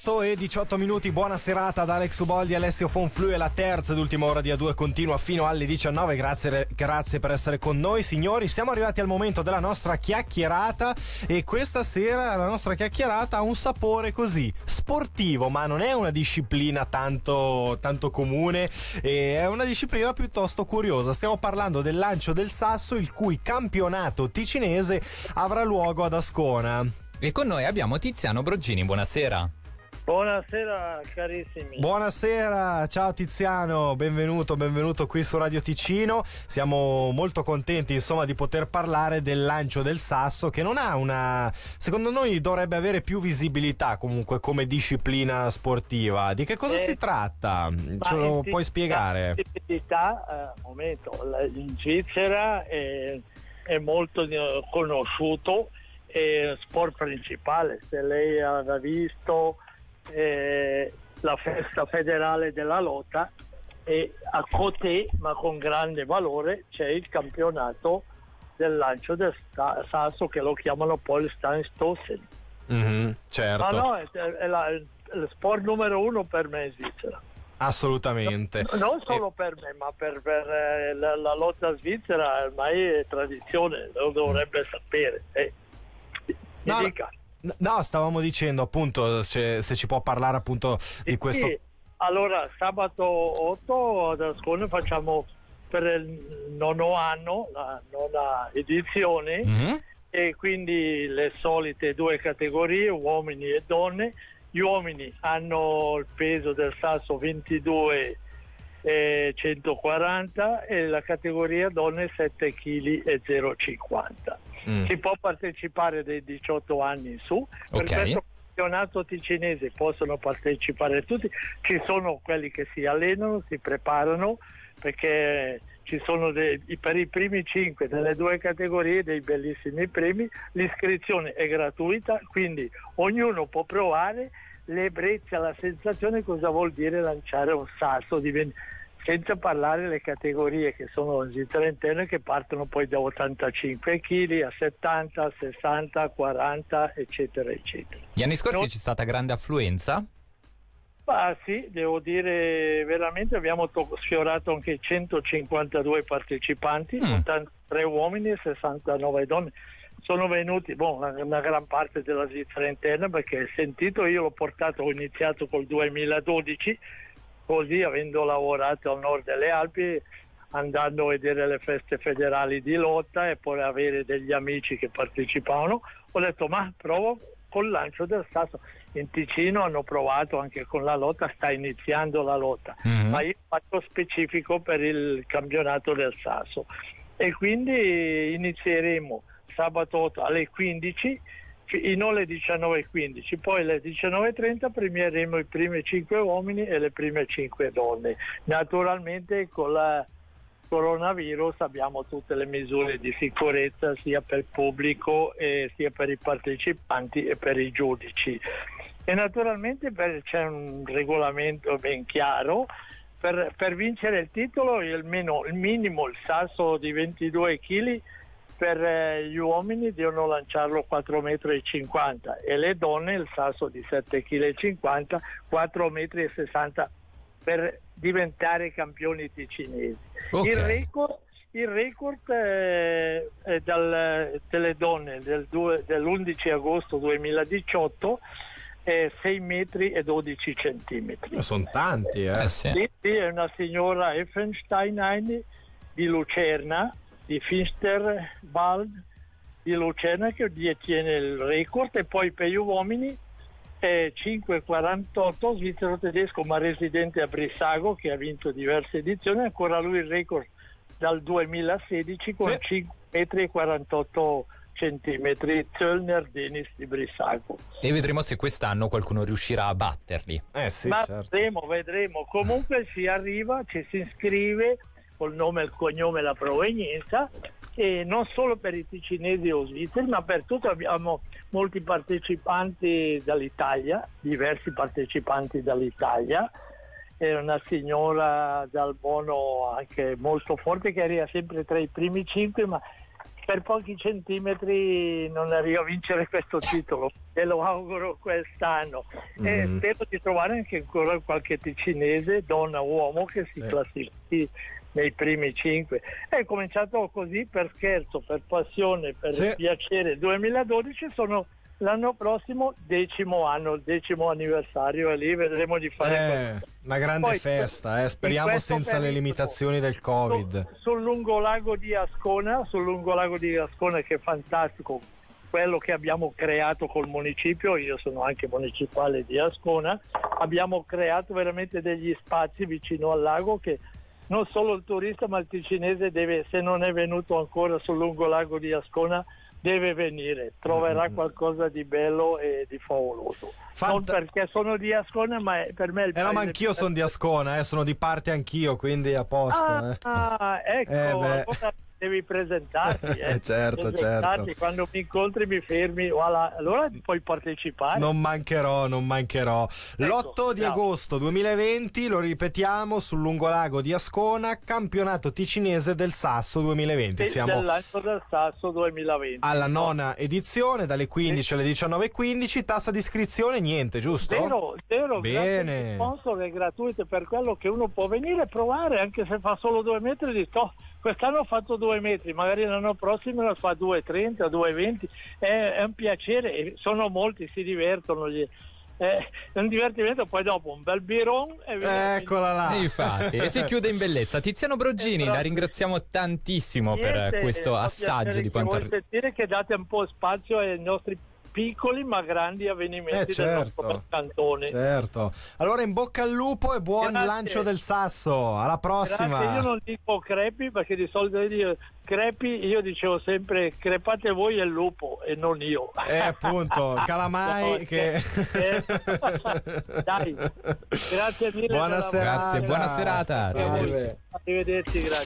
8:18, buona serata da Alex Uboldi, Alessio Fonflu, e la terza ed ultima ora di A2 continua fino alle 19. Grazie per essere con noi, signori. Siamo arrivati al momento della nostra chiacchierata, e questa sera la nostra chiacchierata ha un sapore così sportivo, ma non è una disciplina tanto comune, è una disciplina piuttosto curiosa. Stiamo parlando del lancio del sasso, il cui campionato ticinese avrà luogo ad Ascona. E con noi abbiamo Tiziano Broggini, buonasera. Buonasera carissimi. Buonasera, ciao Tiziano, benvenuto qui su Radio Ticino. Siamo molto contenti insomma di poter parlare del lancio del sasso, che non ha secondo noi dovrebbe avere più visibilità comunque come disciplina sportiva. Di che cosa si tratta? Ce lo puoi spiegare? Momento, in Svizzera è molto conosciuto, è sport principale. Se lei aveva visto la festa federale della lotta, e a Cotè, ma con grande valore, c'è il campionato del lancio del sasso, che lo chiamano poi il Steinstossen. Certo. Ma no, è lo sport numero uno per me in Svizzera. Assolutamente. Non solo per me, ma per la lotta svizzera ormai è tradizione, lo dovrebbe sapere. No, stavamo dicendo appunto se ci può parlare appunto di questo. Sì. Allora, sabato 8 ad Ascona facciamo per il nono anno, la nona edizione, e quindi le solite due categorie, uomini e donne. Gli uomini hanno il peso del sasso 22 e 140, e la categoria donne 7 kg e 0,50. Si può partecipare dai 18 anni in su. Per questo campionato ticinese possono partecipare tutti. Ci sono quelli che si allenano, si preparano, perché ci sono per i primi 5 delle due categorie dei bellissimi premi. L'iscrizione è gratuita, quindi ognuno può provare l'ebbrezza, la sensazione, cosa vuol dire lanciare un sasso, senza parlare le categorie che sono di trentenne, che partono poi da 85 kg a 70, 60, 40, eccetera eccetera. Gli anni scorsi c'è stata grande affluenza? Sì, devo dire, veramente abbiamo sfiorato anche 152 partecipanti, 83 uomini e 69 donne. Sono venuti una gran parte della Svizzera interna, perché sentito, io ho iniziato col 2012, così, avendo lavorato al nord delle Alpi, andando a vedere le feste federali di lotta e poi avere degli amici che partecipavano, ho detto provo col lancio del sasso. In Ticino hanno provato anche con la lotta, sta iniziando la lotta, ma io faccio specifico per il campionato del sasso, e quindi inizieremo sabato 8 alle 15, fino alle 19:15, poi alle 19:30 premieremo i primi 5 uomini e le prime 5 donne. Naturalmente con la coronavirus abbiamo tutte le misure di sicurezza, sia per il pubblico sia per i partecipanti e per i giudici, e naturalmente c'è un regolamento ben chiaro. Per vincere il titolo il minimo, il sasso di 22 kg per gli uomini devono lanciarlo 4,50 m, e le donne il sasso di 7,50 kg, 4,60 m, per diventare campioni ticinesi. Okay. Il record è delle donne dell'11 agosto 2018 è 6 metri e 12 centimetri. Sono tanti, Sì. Sì, è una signora Effenstein di Lucerna, di Finsterwald di Lucerna, che detiene il record, e poi per gli uomini è 5,48, svizzero-tedesco ma residente a Brissago, che ha vinto diverse edizioni, ancora lui il record dal 2016 con 5 metri e 48 centimetri, Zöllner Denis di Brissago. E vedremo se quest'anno qualcuno riuscirà a batterli. Sì, ma certo. vedremo. Comunque si arriva, ci si iscrive col nome, il cognome e la provenienza, e non solo per i ticinesi o svizzeri, ma per tutto. Abbiamo molti partecipanti dall'Italia, diversi partecipanti dall'Italia, e una signora dal Bono anche molto forte, che arriva sempre tra i primi 5, ma per pochi centimetri non arrivo a vincere questo titolo, te lo auguro quest'anno. E spero di trovare anche ancora qualche ticinese, donna o uomo, che si classifichi nei primi 5. È cominciato così per scherzo, per passione, per piacere. 2012 sono l'anno prossimo 10° anno, il 10° anniversario, e lì vedremo di fare una grande festa, speriamo senza le limitazioni del Covid. Sul lungolago di Ascona, che è fantastico quello che abbiamo creato col municipio. Io sono anche municipale di Ascona. Abbiamo creato veramente degli spazi vicino al lago che non solo il turista ma il ticinese deve, se non è venuto ancora sul lungolago di Ascona, deve venire, troverà qualcosa di bello e di favoloso. Non perché sono di Ascona, ma per me è il paese. Ma anch'io sono di Ascona, sono di parte anch'io, quindi a posto. Ecco, allora devi presentarti. Certo. Quando mi incontri mi fermi, allora puoi partecipare. Non mancherò. Ecco, L'8 di agosto 2020, lo ripetiamo, sul lungolago di Ascona, campionato ticinese del Sasso 2020. Siamo dell'anno del Sasso 2020. Alla 9ª edizione, dalle 15 alle 19:15, tassa di iscrizione niente, giusto? Zero. Bene. Sponsor è gratuito, per quello che uno può venire e provare, anche se fa solo 2 metri di quest'anno ho fatto 2 metri, magari l'anno prossimo lo fa 2,30, 2,20, è un piacere, e sono molti, si divertono, è un divertimento. Poi dopo un bel biron eccola là. Infatti, e si chiude in bellezza. Tiziano Broggini, la ringraziamo tantissimo per questo assaggio di quanto sentire che date un po' spazio ai nostri piccoli ma grandi avvenimenti del nostro cantone. Certo. Allora in bocca al lupo e buon lancio del Sasso. Alla prossima. Grazie. Io non dico crepi, perché di solito io crepi, io dicevo sempre crepate voi e il lupo e non io. Appunto, calamai che dai. Grazie mille. Buona serata. Grazie, buona serata. Arrivederci, grazie.